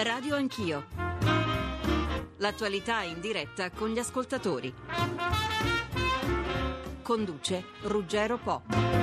Radio Anch'io. L'attualità in diretta con gli ascoltatori. Conduce Ruggero Po.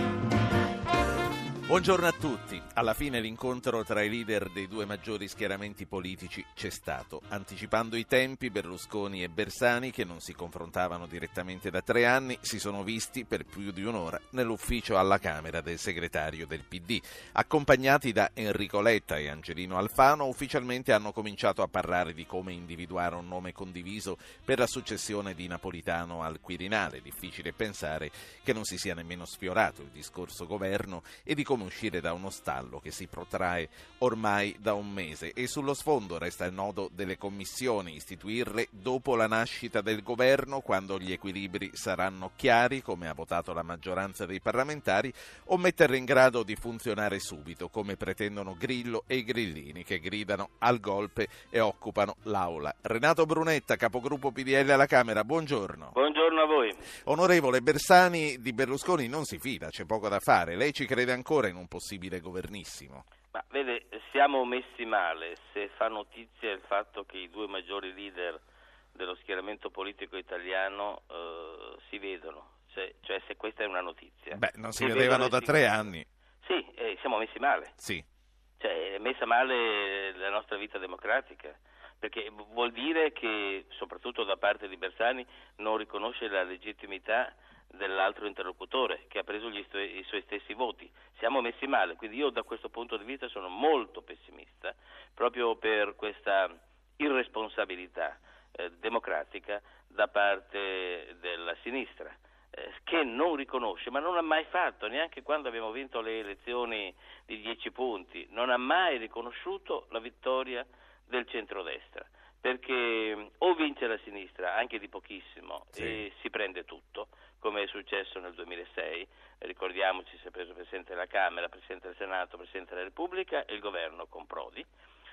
Buongiorno a tutti. Alla fine l'incontro tra i leader dei due maggiori schieramenti politici c'è stato. Anticipando i tempi, Berlusconi e Bersani, che non si confrontavano direttamente da 3 anni, si sono visti per più di un'ora nell'ufficio alla Camera del segretario del PD. Accompagnati da Enrico Letta e Angelino Alfano, ufficialmente hanno cominciato a parlare di come individuare un nome condiviso per la successione di Napolitano al Quirinale. Difficile pensare che non si sia nemmeno sfiorato il discorso governo e di come uscire da uno stallo che si protrae ormai da un mese. E sullo sfondo resta il nodo delle commissioni, istituirle dopo la nascita del governo, quando gli equilibri saranno chiari, come ha votato la maggioranza dei parlamentari, o metterle in grado di funzionare subito, come pretendono Grillo e i grillini, che gridano al golpe e occupano l'Aula. Renato Brunetta, capogruppo PDL alla Camera, buongiorno. Buongiorno a voi. Onorevole, Bersani di Berlusconi non si fida, c'è poco da fare. Lei ci crede ancora in un possibile governissimo? Ma vede, siamo messi male se fa notizia il fatto che i due maggiori leader dello schieramento politico italiano si vedono, cioè se questa è una notizia. Beh, non si vedevano da 3 anni. Sì, siamo messi male. Sì. Cioè è messa male la nostra vita democratica, perché vuol dire che, soprattutto da parte di Bersani, non riconosce la legittimità dell'altro interlocutore che ha preso i suoi stessi voti. Siamo messi male, quindi io da questo punto di vista sono molto pessimista proprio per questa irresponsabilità democratica da parte della sinistra, che non riconosce, ma non ha mai fatto, neanche quando abbiamo vinto le elezioni di 10 punti, non ha mai riconosciuto la vittoria del centrodestra, perché o vince la sinistra anche di pochissimo, sì, e si prende tutto, come è successo nel 2006, ricordiamoci, si è preso Presidente della Camera, Presidente del Senato, Presidente della Repubblica e il governo con Prodi.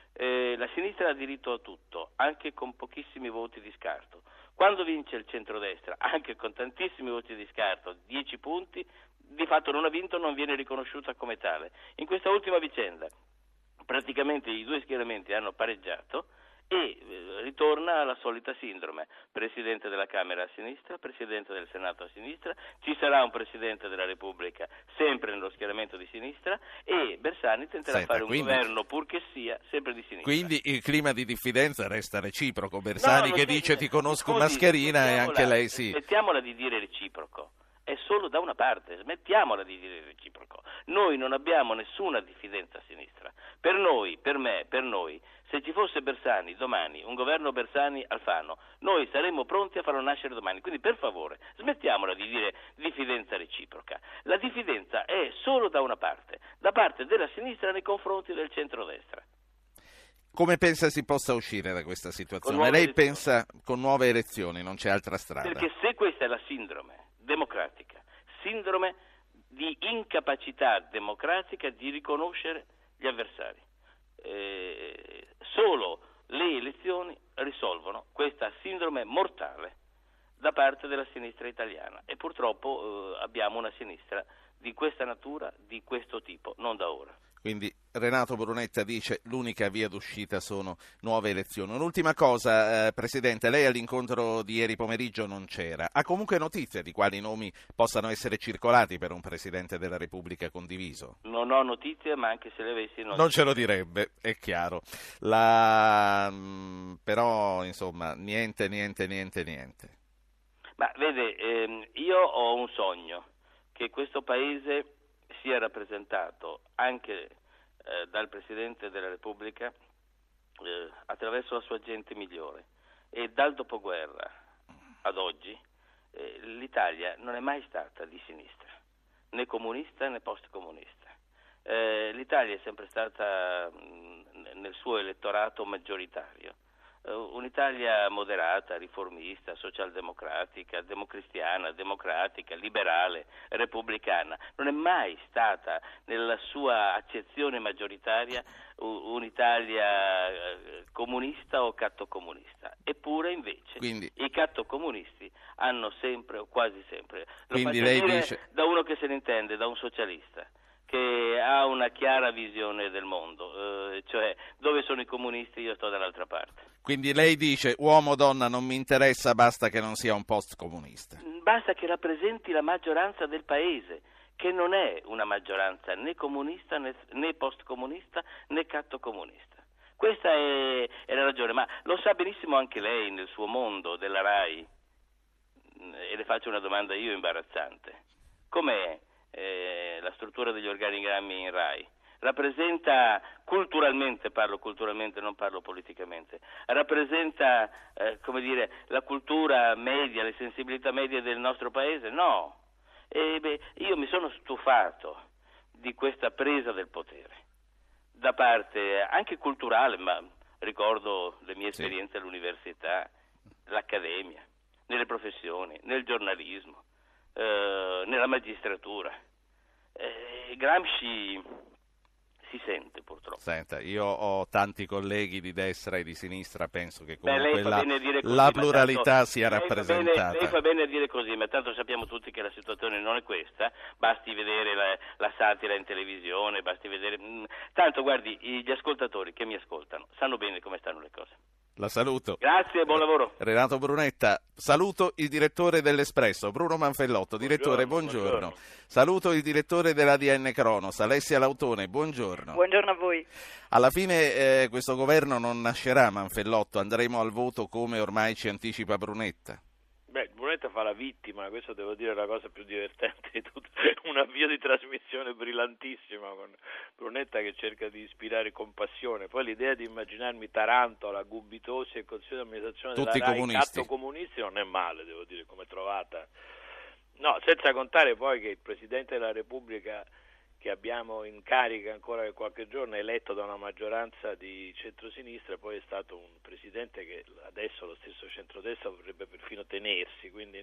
La sinistra ha diritto a tutto, anche con pochissimi voti di scarto. Quando vince il centrodestra, anche con tantissimi voti di scarto, 10 punti, di fatto non ha vinto, non viene riconosciuta come tale. In questa ultima vicenda praticamente i due schieramenti hanno pareggiato e ritorna la solita sindrome: Presidente della Camera a sinistra, Presidente del Senato a sinistra, ci sarà un Presidente della Repubblica sempre nello schieramento di sinistra e Bersani tenterà fare un governo purché sia sempre di sinistra. Quindi il clima di diffidenza resta reciproco, Bersani che dice ti conosco mascherina e anche lei sì. Smettiamola di dire reciproco. È solo da una parte, smettiamola di dire reciproco. Noi non abbiamo nessuna diffidenza a sinistra. Per noi, per me, per noi, se ci fosse Bersani domani, un governo Bersani-Alfano, noi saremmo pronti a farlo nascere domani. Quindi per favore, smettiamola di dire diffidenza reciproca. La diffidenza è solo da una parte, da parte della sinistra nei confronti del centrodestra. Come pensa si possa uscire da questa situazione? Lei pensa con nuove elezioni, non c'è altra strada? Perché se questa è la sindrome democratica, sindrome di incapacità democratica di riconoscere gli avversari, solo le elezioni risolvono questa sindrome mortale da parte della sinistra italiana e purtroppo abbiamo una sinistra di questa natura, di questo tipo, non da ora. Quindi Renato Brunetta dice l'unica via d'uscita sono nuove elezioni. Un'ultima cosa, Presidente, lei all'incontro di ieri pomeriggio non c'era. Ha comunque notizie di quali nomi possano essere circolati per un Presidente della Repubblica condiviso? Non ho notizie, ma anche se le avessi non ce lo direbbe, è chiaro. Però, insomma, niente. Ma vede, io ho un sogno, che questo Paese sia rappresentato anche dal Presidente della Repubblica attraverso la sua gente migliore, e dal dopoguerra ad oggi l'Italia non è mai stata di sinistra, né comunista né post-comunista. L'Italia è sempre stata nel suo elettorato maggioritario un'Italia moderata, riformista, socialdemocratica, democristiana, democratica, liberale, repubblicana. Non è mai stata nella sua accezione maggioritaria un'Italia comunista o cattocomunista. Eppure invece i cattocomunisti hanno sempre o quasi sempre, lo faccio dire da uno che se ne intende, da un socialista, che ha una chiara visione del mondo, cioè dove sono i comunisti io sto dall'altra parte. Quindi lei dice uomo o donna non mi interessa, basta che non sia un post-comunista. Basta che rappresenti la maggioranza del paese, che non è una maggioranza né comunista né post-comunista né cattocomunista. Questa è la ragione, ma lo sa benissimo anche lei nel suo mondo della RAI, e le faccio una domanda io imbarazzante. Com'è la struttura degli organigrammi in RAI? Rappresenta culturalmente, parlo culturalmente, non parlo politicamente, rappresenta la cultura media, le sensibilità medie del nostro paese? No. Io mi sono stufato di questa presa del potere da parte anche culturale, ma ricordo le mie esperienze all'università, l'accademia, nelle professioni, nel giornalismo, nella magistratura. Gramsci si sente purtroppo. Senta, io ho tanti colleghi di destra e di sinistra, penso che comunque così, la pluralità sia rappresentata. Lei fa bene a dire così, ma tanto sappiamo tutti che la situazione non è questa, basti vedere la satira in televisione, basti vedere... Tanto guardi, gli ascoltatori che mi ascoltano sanno bene come stanno le cose. La saluto. Grazie, buon lavoro. Renato Brunetta. Saluto il direttore dell'Espresso, Bruno Manfellotto. Direttore, buongiorno. Saluto il direttore dell'ADN Cronos, Alessia Lautone. Buongiorno. Buongiorno a voi. Alla fine questo governo non nascerà, Manfellotto. Andremo al voto come ormai ci anticipa Brunetta. Brunetta fa la vittima, questo devo dire è la cosa più divertente di tutto, un avvio di trasmissione brillantissima con Brunetta che cerca di ispirare compassione, poi l'idea di immaginarmi Tarantola, Gubitosi e Consiglio di amministrazione tutti della RAI, comunisti. comunisti non è male, devo dire, come trovata. No, senza contare poi che il Presidente della Repubblica che abbiamo in carica ancora per qualche giorno, è eletto da una maggioranza di centrosinistra, e poi è stato un presidente che adesso lo stesso centrodestra vorrebbe perfino tenersi, quindi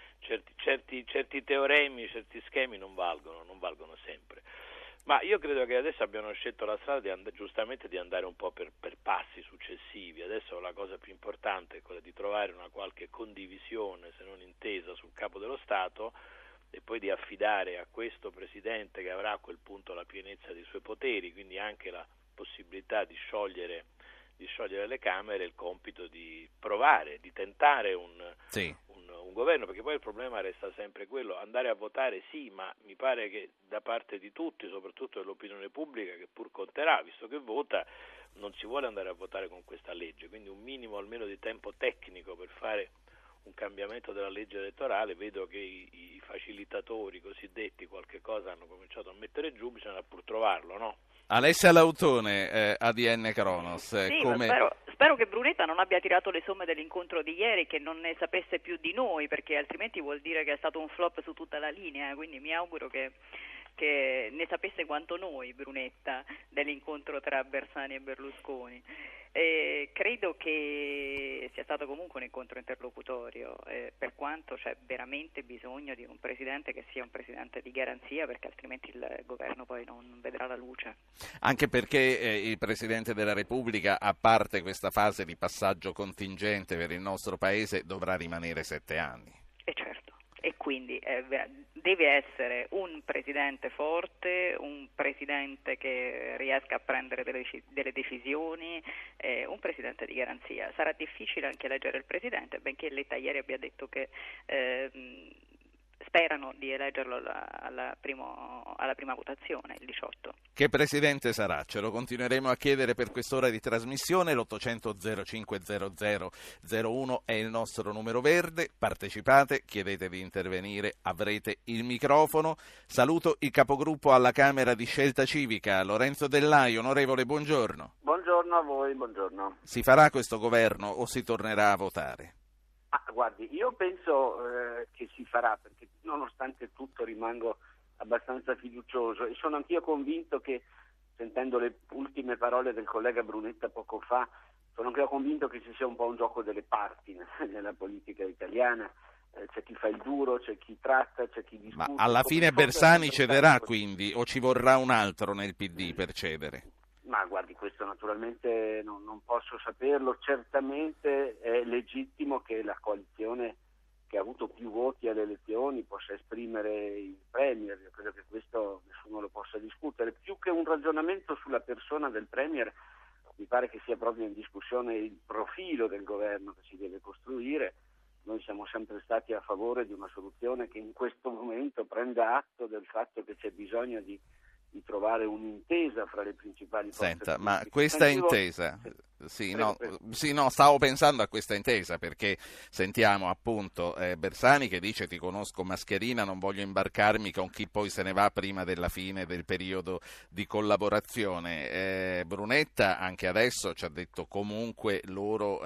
certi teoremi, certi schemi non valgono sempre. Ma io credo che adesso abbiano scelto la strada giustamente di andare un po' per passi successivi. Adesso la cosa più importante è quella di trovare una qualche condivisione, se non intesa, sul capo dello Stato, e poi di affidare a questo Presidente, che avrà a quel punto la pienezza dei suoi poteri, quindi anche la possibilità di sciogliere le Camere, il compito di provare, di tentare un governo, perché poi il problema resta sempre quello: andare a votare sì, ma mi pare che da parte di tutti, soprattutto dell'opinione pubblica, che pur conterà, visto che vota, non si vuole andare a votare con questa legge, quindi un minimo almeno di tempo tecnico per fare un cambiamento della legge elettorale. Vedo che i facilitatori cosiddetti qualche cosa hanno cominciato a mettere giù, bisogna pur trovarlo, no? Alessia Lautone, ADN Cronos. Sì, spero che Brunetta non abbia tirato le somme dell'incontro di ieri, che non ne sapesse più di noi, perché altrimenti vuol dire che è stato un flop su tutta la linea, quindi mi auguro che ne sapesse quanto noi, Brunetta, dell'incontro tra Bersani e Berlusconi. Credo che sia stato comunque un incontro interlocutorio, per quanto c'è veramente bisogno di un presidente che sia un presidente di garanzia, perché altrimenti il governo poi non vedrà la luce. Anche perché il Presidente della Repubblica, a parte questa fase di passaggio contingente per il nostro Paese, dovrà rimanere 7 anni. E certo, e quindi deve essere un presidente forte, un presidente che riesca a prendere delle decisioni, un presidente di garanzia. Sarà difficile anche eleggere il presidente, benché Letta ieri abbia detto che sperano di eleggerlo alla prima votazione, il 18. Che presidente sarà? Ce lo continueremo a chiedere per quest'ora di trasmissione. L'800 0500 01 è il nostro numero verde. Partecipate, chiedete di intervenire, avrete il microfono. Saluto il capogruppo alla Camera di Scelta Civica, Lorenzo Dellai. Onorevole, buongiorno. Buongiorno a voi, buongiorno. Si farà questo governo o si tornerà a votare? Guardi, io penso che si farà, perché nonostante tutto rimango abbastanza fiducioso e sono anch'io convinto che, sentendo le ultime parole del collega Brunetta poco fa, sono anch'io convinto che ci sia un po' un gioco delle parti nella politica italiana. C'è chi fa il duro, c'è chi tratta, c'è chi discute. Ma alla fine Bersani cederà quindi, o ci vorrà un altro nel PD per cedere? Ma guardi, questo naturalmente non posso saperlo. Certamente è legittimo che la coalizione che ha avuto avuto più voti alle elezioni possa esprimere il Premier. Io credo che questo nessuno lo possa discutere. Più che un ragionamento sulla persona del Premier, mi pare che sia proprio in discussione il profilo del governo che si deve costruire. Noi siamo sempre stati a favore di una soluzione che in questo momento prenda atto del fatto che c'è bisogno di trovare un'intesa fra le principali forze Senta, politiche. ma questa intesa, stavo pensando a questa intesa, perché sentiamo appunto Bersani che dice: ti conosco mascherina, non voglio imbarcarmi con chi poi se ne va prima della fine del periodo di collaborazione. Brunetta anche adesso ci ha detto comunque loro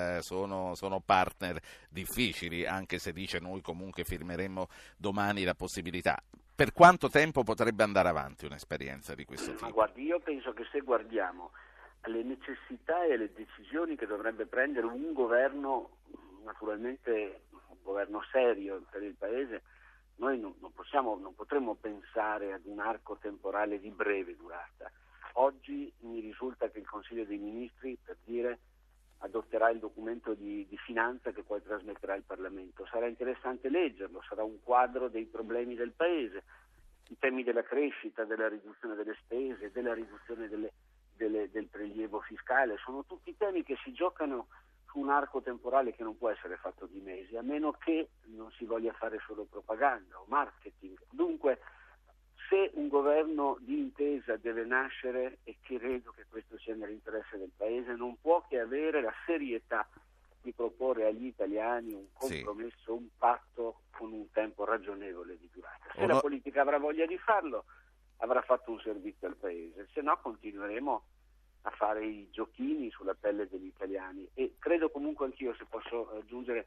sono partner difficili, anche se dice noi comunque firmeremo domani la possibilità. Per quanto tempo potrebbe andare avanti un'esperienza di questo tipo? Ma guardi, io penso che se guardiamo alle necessità e alle decisioni che dovrebbe prendere un governo, naturalmente un governo serio per il Paese, noi non potremmo pensare ad un arco temporale di breve durata. Oggi mi risulta che il Consiglio dei Ministri, per dire, adotterà il documento di finanza che poi trasmetterà al Parlamento. Sarà interessante leggerlo, sarà un quadro dei problemi del Paese, i temi della crescita, della riduzione delle spese, della riduzione del prelievo fiscale, sono tutti temi che si giocano su un arco temporale che non può essere fatto di mesi, a meno che non si voglia fare solo propaganda o marketing. Dunque, se un governo di intesa deve nascere, e credo che questo sia nell'interesse del Paese, non può che avere la serietà di proporre agli italiani un compromesso, un patto con un tempo ragionevole di durata. Se la politica avrà voglia di farlo, avrà fatto un servizio al Paese, se no continueremo a fare i giochini sulla pelle degli italiani. E credo comunque anch'io, se posso aggiungere,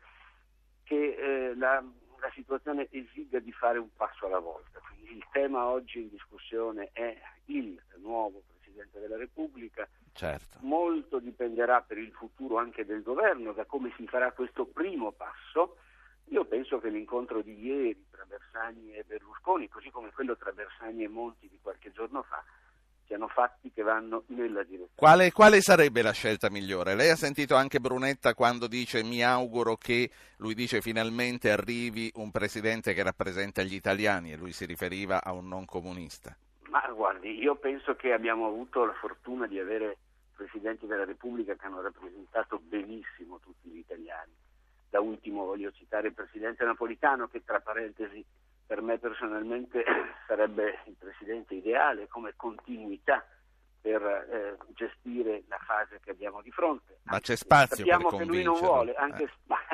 che la situazione esiga di fare un passo alla volta. Quindi il tema oggi in discussione è il nuovo Presidente della Repubblica. Certo. Molto dipenderà per il futuro anche del governo da come si farà questo primo passo. Io penso che l'incontro di ieri tra Bersani e Berlusconi, così come quello tra Bersani e Monti di qualche giorno fa, siano fatti che vanno nella direzione. Quale sarebbe la scelta migliore? Lei ha sentito anche Brunetta quando dice: mi auguro che, lui dice, finalmente arrivi un presidente che rappresenta gli italiani, e lui si riferiva a un non comunista. Ma guardi, io penso che abbiamo avuto la fortuna di avere presidenti della Repubblica che hanno rappresentato benissimo tutti gli italiani. Da ultimo voglio citare il presidente Napolitano, che tra parentesi per me personalmente sarebbe il presidente ideale come continuità per gestire la fase che abbiamo di fronte. Ma c'è spazio per sappiamo che lui non vuole, anche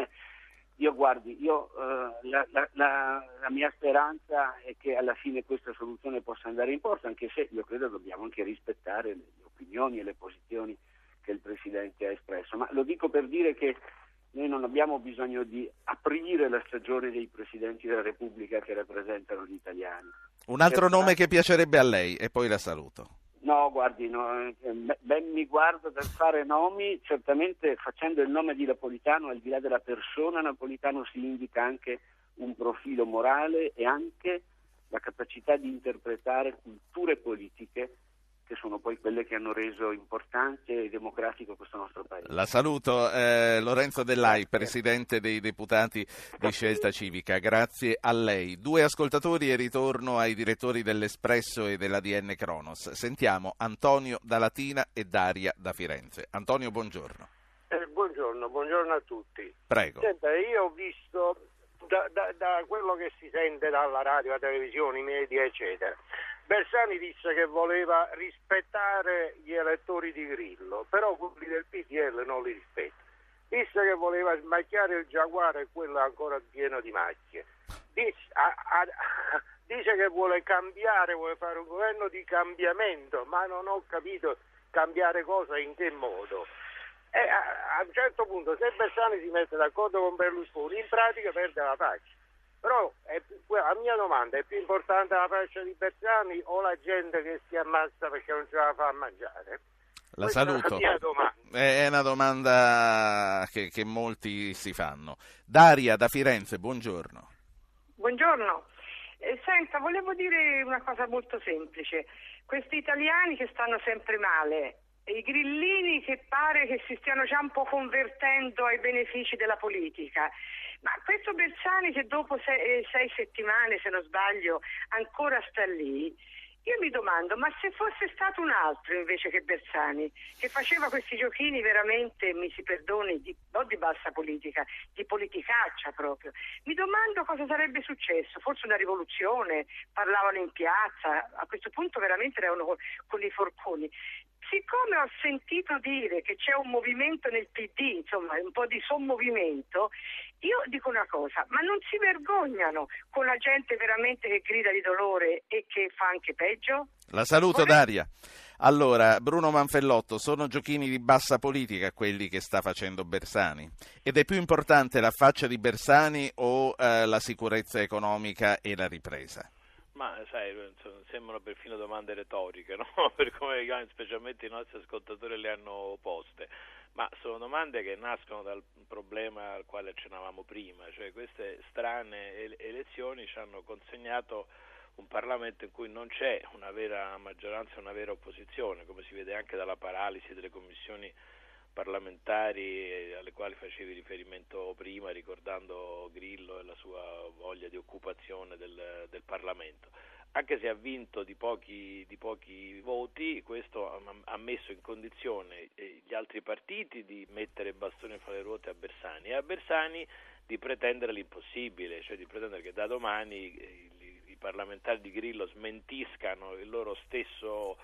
la mia speranza è che alla fine questa soluzione possa andare in porto, anche se io credo dobbiamo anche rispettare le opinioni e le posizioni che il Presidente ha espresso. Ma lo dico per dire che noi non abbiamo bisogno di aprire la stagione dei Presidenti della Repubblica che rappresentano gli italiani. Un altro nome che piacerebbe a lei, e poi la saluto. No, guardi, ben mi guardo dal fare nomi. Certamente, facendo il nome di Napolitano, al di là della persona, Napolitano si indica anche un profilo morale e anche la capacità di interpretare culture politiche che sono poi quelle che hanno reso importante e democratico questo nostro Paese. La saluto, Lorenzo Dellai, Presidente dei Deputati di Scelta Civica, grazie a lei. 2 ascoltatori e ritorno ai direttori dell'Espresso e dell'ADN Cronos. Sentiamo Antonio da Latina e Daria da Firenze. Antonio, buongiorno. Buongiorno a tutti. Prego. Senta, io ho visto da quello che si sente dalla radio, la televisione, i media, eccetera, Bersani disse che voleva rispettare gli elettori di Grillo, però quelli del PDL non li rispetta. Disse che voleva smacchiare il Giaguaro e quello è ancora pieno di macchie. Dice che vuole cambiare, vuole fare un governo di cambiamento, ma non ho capito cambiare cosa, in che modo. E a un certo punto, se Bersani si mette d'accordo con Berlusconi, in pratica perde la faccia. Però la mia domanda: è più importante la faccia di Bersani o la gente che si ammazza perché non ce la fa a mangiare? La saluto. È una domanda che molti si fanno. Daria da Firenze, buongiorno. Buongiorno. Senta, volevo dire una cosa molto semplice. Questi italiani che stanno sempre male, i grillini che pare che si stiano già un po' convertendo ai benefici della politica, ma questo Bersani che dopo 6 settimane, se non sbaglio, ancora sta lì, io mi domando, ma se fosse stato un altro invece che Bersani, che faceva questi giochini veramente, mi si perdoni, non di bassa politica, di politicaccia proprio, mi domando cosa sarebbe successo, forse una rivoluzione, parlavano in piazza, a questo punto veramente erano con i forconi. Siccome ho sentito dire che c'è un movimento nel PD, insomma un po' di sommovimento, io dico una cosa, ma non si vergognano con la gente veramente che grida di dolore e che fa anche peggio? La saluto, Daria. Allora, Bruno Manfellotto, sono giochini di bassa politica quelli che sta facendo Bersani? Ed è più importante la faccia di Bersani o la sicurezza economica e la ripresa? Ma sai, sembrano perfino domande retoriche, no? Per come specialmente i nostri ascoltatori le hanno poste. Ma sono domande che nascono dal problema al quale accennavamo prima, cioè queste strane elezioni ci hanno consegnato un Parlamento in cui non c'è una vera maggioranza e una vera opposizione, come si vede anche dalla paralisi delle commissioni parlamentari alle quali facevi riferimento prima, ricordando Grillo e la sua voglia di occupazione del Parlamento. Anche se ha vinto di pochi voti, questo ha messo in condizione gli altri partiti di mettere bastoni fra le ruote a Bersani e a Bersani di pretendere l'impossibile, cioè di pretendere che da domani i parlamentari di Grillo smentiscano il loro stesso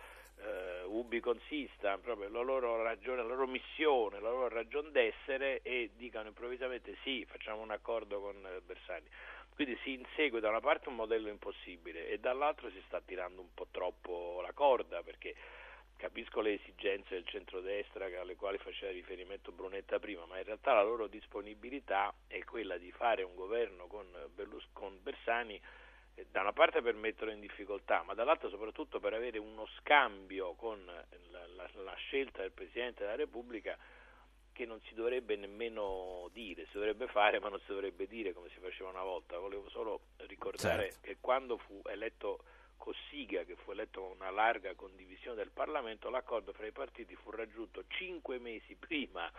ubi consista, proprio la loro ragione, la loro missione, la loro ragion d'essere, e dicano improvvisamente sì, facciamo un accordo con Bersani. Quindi si insegue da una parte un modello impossibile e dall'altra si sta tirando un po' troppo la corda, perché capisco le esigenze del centrodestra alle quali faceva riferimento Brunetta prima, ma in realtà la loro disponibilità è quella di fare un governo con Bersani, da una parte per metterlo in difficoltà, ma dall'altra soprattutto per avere uno scambio con la scelta del Presidente della Repubblica che non si dovrebbe nemmeno dire, si dovrebbe fare ma non si dovrebbe dire come si faceva una volta. Volevo solo ricordare che quando fu eletto Cossiga, che fu eletto con una larga condivisione del Parlamento, l'accordo fra i partiti fu raggiunto 5 mesi prima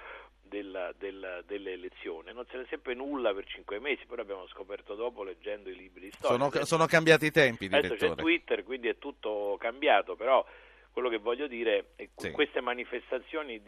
delle elezioni. Non se ne seppe nulla per 5 mesi, però abbiamo scoperto dopo leggendo i libri di storia. Sono cambiati i tempi, direttore. Adesso c'è Twitter, quindi è tutto cambiato, però quello che voglio dire è che queste manifestazioni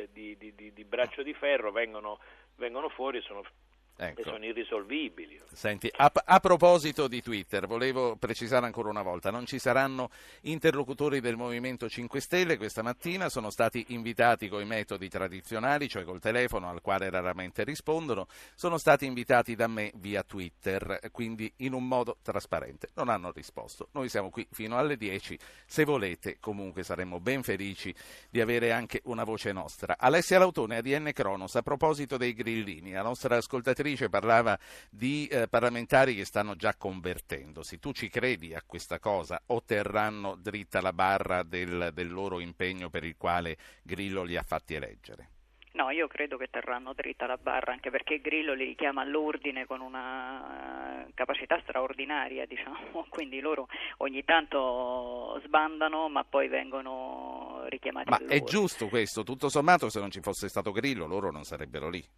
di braccio di ferro vengono fuori e sono irrisolvibili. Senti, a proposito di Twitter, volevo precisare ancora una volta, non ci saranno interlocutori del Movimento 5 Stelle questa mattina, sono stati invitati con i metodi tradizionali, cioè col telefono al quale raramente rispondono, sono stati invitati da me via Twitter, quindi in un modo trasparente, non hanno risposto. Noi siamo qui fino alle 10, se volete comunque saremmo ben felici di avere anche una voce nostra. Alessia Lautone, ADN Cronos, a proposito dei grillini, la nostra ascoltatrice parlava di parlamentari che stanno già convertendosi. Tu ci credi a questa cosa o terranno dritta la barra del loro impegno per il quale Grillo li ha fatti eleggere? No, io credo che terranno dritta la barra, anche perché Grillo li richiama all'ordine con una capacità straordinaria, diciamo, quindi loro ogni tanto sbandano ma poi vengono richiamati all'ordine. Ma è giusto questo? Tutto sommato, se non ci fosse stato Grillo loro non sarebbero lì.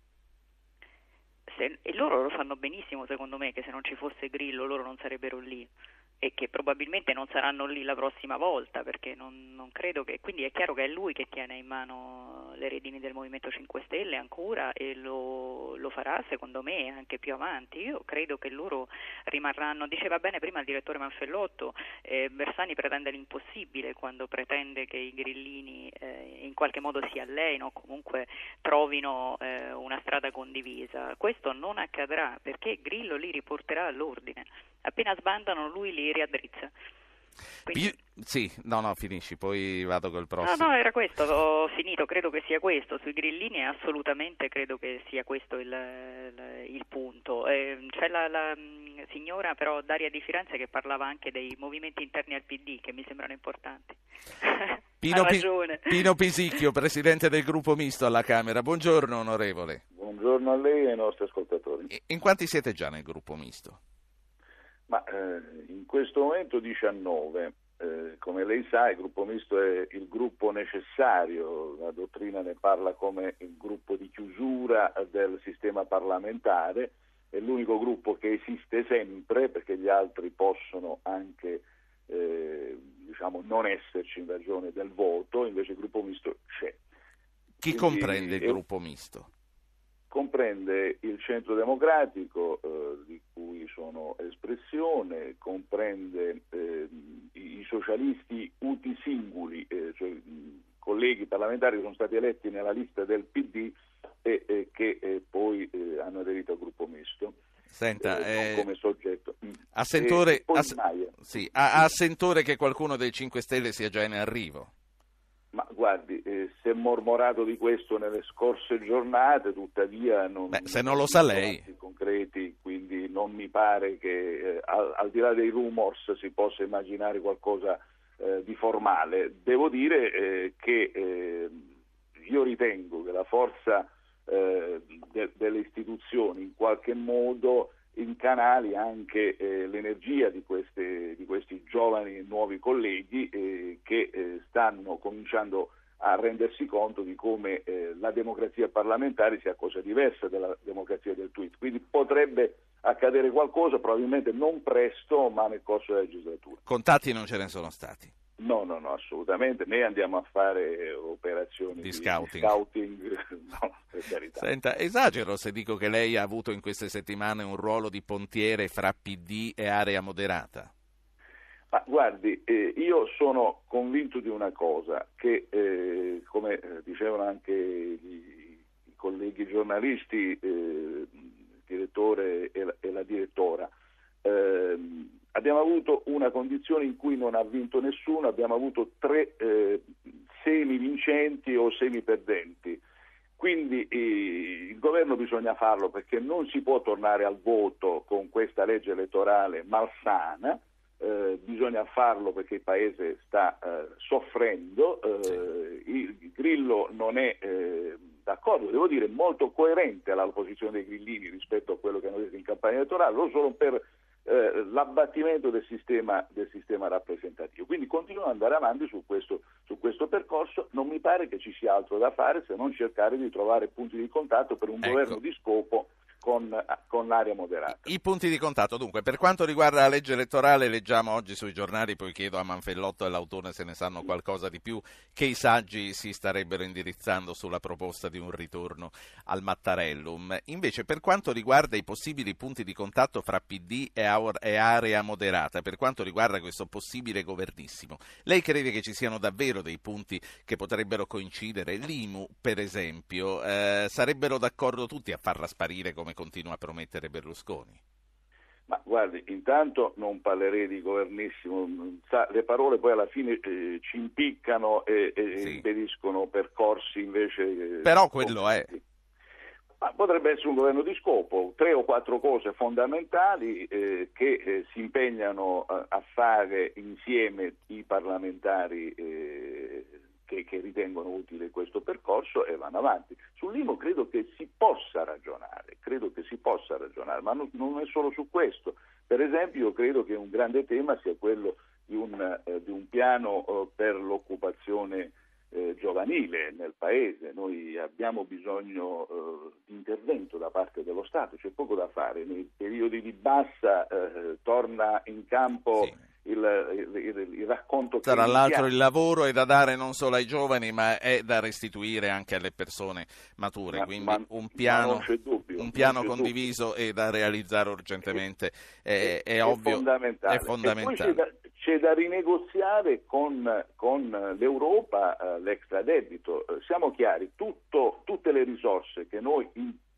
E loro lo fanno benissimo, secondo me, che se non ci fosse Grillo loro non sarebbero lì e che probabilmente non saranno lì la prossima volta, perché non credo che, quindi è chiaro che è lui che tiene in mano le redini del Movimento 5 Stelle ancora e lo farà secondo me anche più avanti. Io credo che loro rimarranno, diceva bene prima il direttore Manfellotto, Bersani pretende l'impossibile quando pretende che i grillini in qualche modo si alleino o comunque trovino una strada condivisa. Questo non accadrà perché Grillo li riporterà all'ordine, appena sbandano lui li riaddrizza. Quindi... finisci, poi vado col prossimo. No, era questo, ho finito, credo che sia questo, sui grillini assolutamente credo che sia questo il punto. C'è la signora però Daria Di Firenze che parlava anche dei movimenti interni al PD che mi sembrano importanti. Pino Pisicchio, presidente del gruppo misto alla Camera, buongiorno onorevole. Buongiorno a lei e ai nostri ascoltatori. In quanti siete già nel gruppo misto? Ma in questo momento 19, come lei sa il gruppo misto è il gruppo necessario, la dottrina ne parla come il gruppo di chiusura del sistema parlamentare è l'unico gruppo che esiste sempre, perché gli altri possono anche non esserci in ragione del voto, invece il gruppo misto c'è. Chi comprende il gruppo misto? Comprende il Centro Democratico, di cui sono espressione, comprende i socialisti uti singuli, cioè colleghi parlamentari che sono stati eletti nella lista del PD e che poi hanno aderito al gruppo misto. Senta, come soggetto. Ha sentore che qualcuno dei 5 Stelle sia già in arrivo? Ma guardi, si è mormorato di questo nelle scorse giornate, tuttavia se non lo sa lei. Concreti, quindi non mi pare che al di là dei rumors si possa immaginare qualcosa di formale. Devo dire che io ritengo che la forza delle istituzioni in qualche modo incanali anche l'energia di questi giovani e nuovi colleghi che stanno cominciando a rendersi conto di come la democrazia parlamentare sia cosa diversa dalla democrazia del tweet. Quindi potrebbe accadere qualcosa, probabilmente non presto, ma nel corso della legislatura. Contatti non ce ne sono stati? No, assolutamente, né andiamo a fare operazioni di scouting. No, per carità. Senta, esagero se dico che lei ha avuto in queste settimane un ruolo di pontiere fra PD e area moderata. Ma guardi, io sono convinto di una cosa, che come dicevano anche i colleghi giornalisti, il direttore e la direttora, abbiamo avuto una condizione in cui non ha vinto nessuno, abbiamo avuto 3 semi-vincenti o semi-perdenti. Quindi il governo bisogna farlo, perché non si può tornare al voto con questa legge elettorale malsana, bisogna farlo perché il Paese sta soffrendo, il Grillo non è d'accordo, devo dire molto coerente alla posizione dei grillini rispetto a quello che hanno detto in campagna elettorale, non solo per l'abbattimento del sistema rappresentativo. Quindi continuo ad andare avanti su questo percorso. Non mi pare che ci sia altro da fare se non cercare di trovare punti di contatto per un governo di scopo con l'area moderata. I punti di contatto, dunque, per quanto riguarda la legge elettorale, leggiamo oggi sui giornali, poi chiedo a Manfellotto e Lautone se ne sanno qualcosa di più, che i saggi si starebbero indirizzando sulla proposta di un ritorno al Mattarellum. Invece, per quanto riguarda i possibili punti di contatto fra PD e area moderata, per quanto riguarda questo possibile governissimo, lei crede che ci siano davvero dei punti che potrebbero coincidere? L'IMU, per esempio, sarebbero d'accordo tutti a farla sparire come continua a promettere Berlusconi? Ma guardi, intanto non parlerei di governissimo, le parole poi alla fine ci impiccano e impediscono percorsi invece. Però quello è. Ma potrebbe essere un governo di scopo, 3 o 4 cose fondamentali che si impegnano a fare insieme i parlamentari che ritengono utile questo percorso e vanno avanti. Sull'IMU credo che si possa ragionare, ma non è solo su questo. Per esempio, io credo che un grande tema sia quello di un piano per l'occupazione giovanile nel Paese. Noi abbiamo bisogno di intervento da parte dello Stato, c'è poco da fare. Nei periodi di bassa torna in campo il racconto. Tra l'altro il lavoro è da dare non solo ai giovani, ma è da restituire anche alle persone mature, quindi un piano condiviso e da realizzare urgentemente è ovvio, fondamentale. È fondamentale. E poi c'è da rinegoziare con l'Europa l'extradebito. Siamo chiari, tutte le risorse che noi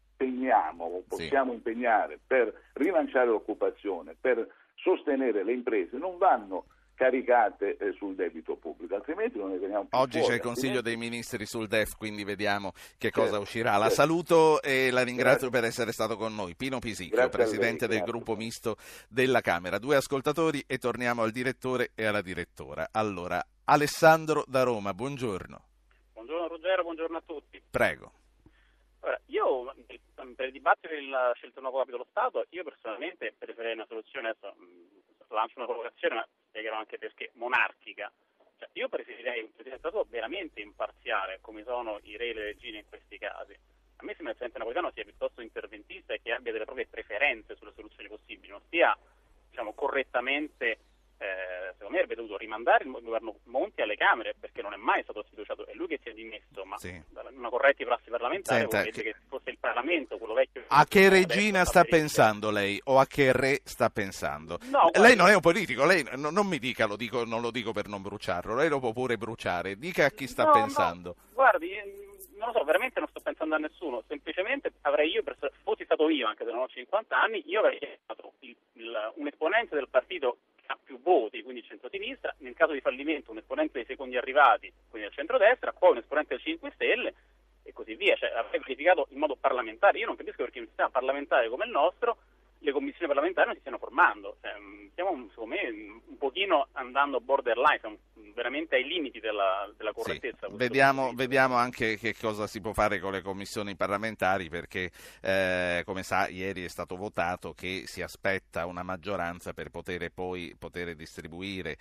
possiamo impegnare per rilanciare l'occupazione, per sostenere le imprese, non vanno caricate sul debito pubblico, altrimenti non ne veniamo più Oggi fuori. C'è il Consiglio dei Ministri sul DEF, quindi vediamo che cosa uscirà. La saluto e la ringrazio per essere stato con noi. Pino Pisicchio, presidente del gruppo misto della Camera. 2 ascoltatori e torniamo al direttore e alla direttora. Allora, Alessandro da Roma, buongiorno. Buongiorno Ruggero, buongiorno a tutti. Prego. Allora, io per il dibattito della scelta nuovo capo dello Stato, io personalmente preferirei una soluzione, adesso lancio una provocazione, ma spiegherò anche perché, monarchica. Cioè, io preferirei un Presidente dello Stato veramente imparziale, come sono i re e le regine in questi casi, a me sembra che il Presidente Napolitano sia piuttosto interventista e che abbia delle proprie preferenze sulle soluzioni possibili, non stia, diciamo, correttamente, secondo me avrebbe dovuto rimandare il governo Monti alle Camere, perché non è mai stato sfiduciato, è lui che si è dimesso, ma da una corretta prassi parlamentare vorrebbe che fosse il Parlamento, quello vecchio. A che regina sta pensando lei, o a che re sta pensando? No, lei non è un politico, lei non mi dica, non lo dico per non bruciarlo, lei lo può pure bruciare, dica a chi sta pensando. No, guardi, non lo so, veramente non sto pensando a nessuno, semplicemente fossi stato io, anche se non ho 50 anni, io avrei chiamato un esponente del partito che ha più voti, quindi centro-sinistra, nel caso di fallimento un esponente dei secondi arrivati, quindi del centro-destra, poi un esponente del 5 Stelle e così via, cioè avrei verificato in modo parlamentare. Io non capisco perché in un sistema parlamentare come il nostro le commissioni parlamentari non si stiano formando, stiamo secondo me un pochino andando borderline, siamo veramente ai limiti della correttezza. Sì. Vediamo anche che cosa si può fare con le commissioni parlamentari, perché come sa ieri è stato votato che si aspetta una maggioranza per poter distribuire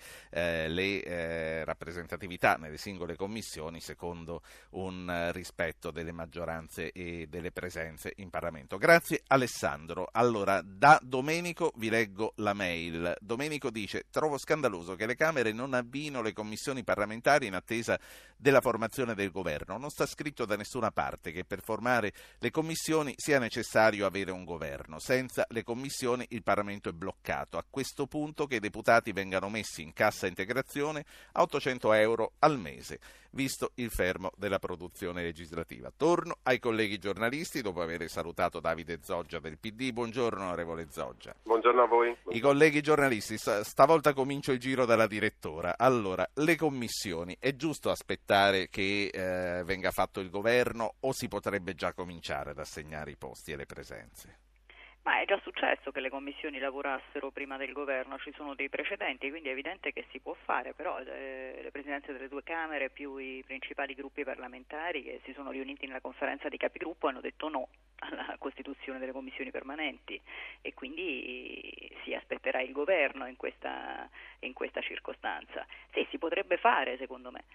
le rappresentatività nelle singole commissioni secondo un rispetto delle maggioranze e delle presenze in Parlamento. Grazie Alessandro. Allora, da Domenico vi leggo la mail. Domenico dice: trovo scandaloso che le Camere non avviino le commissioni parlamentari in attesa della formazione del governo. Non sta scritto da nessuna parte che per formare le commissioni sia necessario avere un governo. Senza le commissioni il Parlamento è bloccato. A questo punto che i deputati vengano messi in cassa integrazione a 800 euro al mese, visto il fermo della produzione legislativa. Torno ai colleghi giornalisti dopo aver salutato Davide Zoggia del PD. Buongiorno onorevole Zoggia. Buongiorno a voi. I colleghi giornalisti, stavolta comincio il giro dalla direttora. Allora, le commissioni, è giusto aspettare che venga fatto il governo o si potrebbe già cominciare ad assegnare i posti e le presenze? Ma è già successo che le commissioni lavorassero prima del governo, ci sono dei precedenti, quindi è evidente che si può fare, però le presidenze delle due Camere più i principali gruppi parlamentari che si sono riuniti nella conferenza dei capigruppo hanno detto no alla costituzione delle commissioni permanenti e quindi si aspetterà il governo in questa circostanza. Sì, si potrebbe fare secondo me.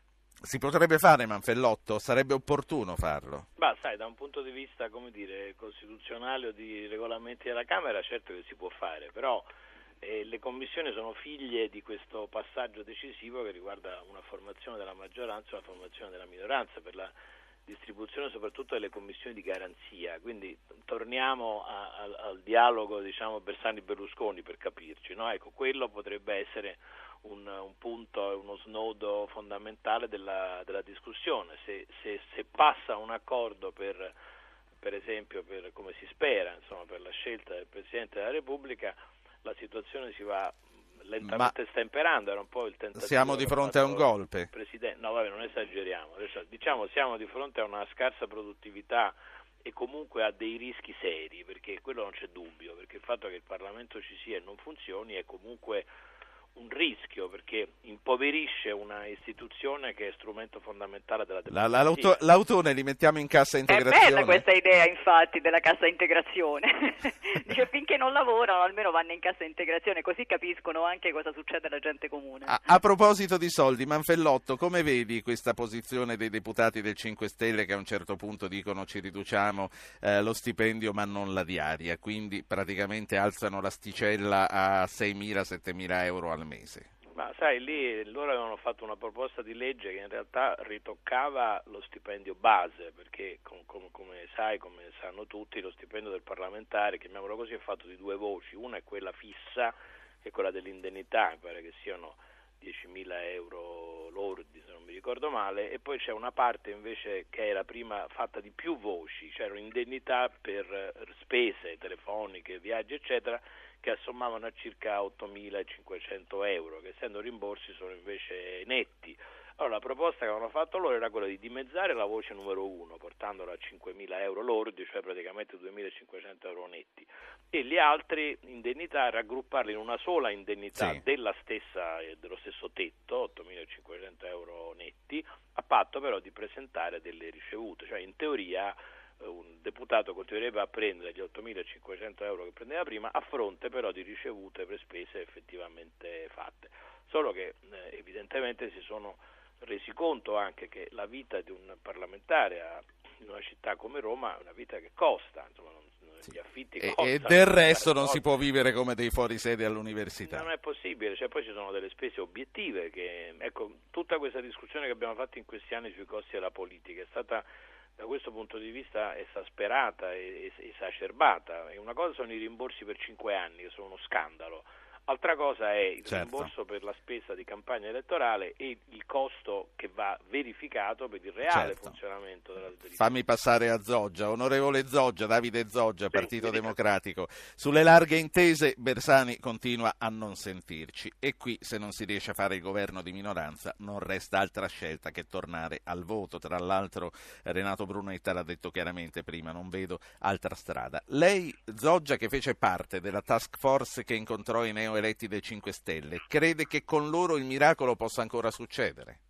Si potrebbe fare, Manfellotto? Sarebbe opportuno farlo? Ma sai, da un punto di vista, come dire, costituzionale o di regolamenti della Camera, certo che si può fare, però le commissioni sono figlie di questo passaggio decisivo che riguarda una formazione della maggioranza e una formazione della minoranza per la distribuzione soprattutto delle commissioni di garanzia. Quindi torniamo al dialogo, diciamo, Bersani-Berlusconi per capirci, no? Ecco, quello potrebbe essere un punto, uno snodo fondamentale della discussione. Se passa un accordo per esempio, per come si spera, insomma, per la scelta del Presidente della Repubblica, la situazione si va lentamente stemperando. Era un po' il tentativo. Siamo di fronte a un golpe. No, vabbè, non esageriamo. Diciamo, siamo di fronte a una scarsa produttività e comunque a dei rischi seri, perché quello non c'è dubbio, perché il fatto che il Parlamento ci sia e non funzioni è comunque un rischio, perché impoverisce una istituzione che è strumento fondamentale della democrazia. L'autone li mettiamo in cassa integrazione. È bella questa idea, infatti, della cassa integrazione. Dice, finché non lavorano almeno vanno in cassa integrazione, così capiscono anche cosa succede alla gente comune. A proposito di soldi, Manfellotto, come vedi questa posizione dei deputati del 5 Stelle che a un certo punto dicono ci riduciamo lo stipendio ma non la diaria, quindi praticamente alzano l'asticella a 6.000-7.000 euro al mese? Ma sai, lì loro avevano fatto una proposta di legge che in realtà ritoccava lo stipendio base, perché come sanno tutti, lo stipendio del parlamentare, chiamiamolo così, è fatto di due voci. Una è quella fissa, che è quella dell'indennità, mi pare che siano 10.000 euro lordi, se non mi ricordo male, e poi c'è una parte invece che era prima fatta di più voci, cioè indennità per spese telefoniche, viaggi eccetera, che assommavano a circa 8.500 euro, che essendo rimborsi sono invece netti. Allora la proposta che avevano fatto loro era quella di dimezzare la voce numero 1, portandola a 5.000 euro lordi, cioè praticamente 2.500 euro netti, e gli altri indennità raggrupparli in una sola indennità dello stesso tetto, 8.500 euro netti, a patto però di presentare delle ricevute, cioè in teoria un deputato continuerebbe a prendere gli 8.500 euro che prendeva prima, a fronte però di ricevute per spese effettivamente fatte. Solo che evidentemente si sono resi conto anche che la vita di un parlamentare in una città come Roma è una vita che costa, insomma, gli affitti costano. E del resto non si può vivere come dei fuorisede all'università. Non è possibile, cioè poi ci sono delle spese obiettive che, ecco, tutta questa discussione che abbiamo fatto in questi anni sui costi della politica è stata da questo punto di vista esasperata e esacerbata. E una cosa sono i rimborsi per 5 anni, che sono uno scandalo. Altra cosa è il rimborso per la spesa di campagna elettorale e il costo che va verificato per il reale funzionamento della Fammi passare a Zoggia. Onorevole Zoggia, Davide Zoggia, Partito Democratico. Sulle larghe intese Bersani continua a non sentirci e qui, se non si riesce a fare il governo di minoranza, non resta altra scelta che tornare al voto. Tra l'altro Renato Brunetta l'ha detto chiaramente prima, non vedo altra strada. Lei, Zoggia, che fece parte della task force che incontrò i neoeletti dei 5 Stelle, crede che con loro il miracolo possa ancora succedere?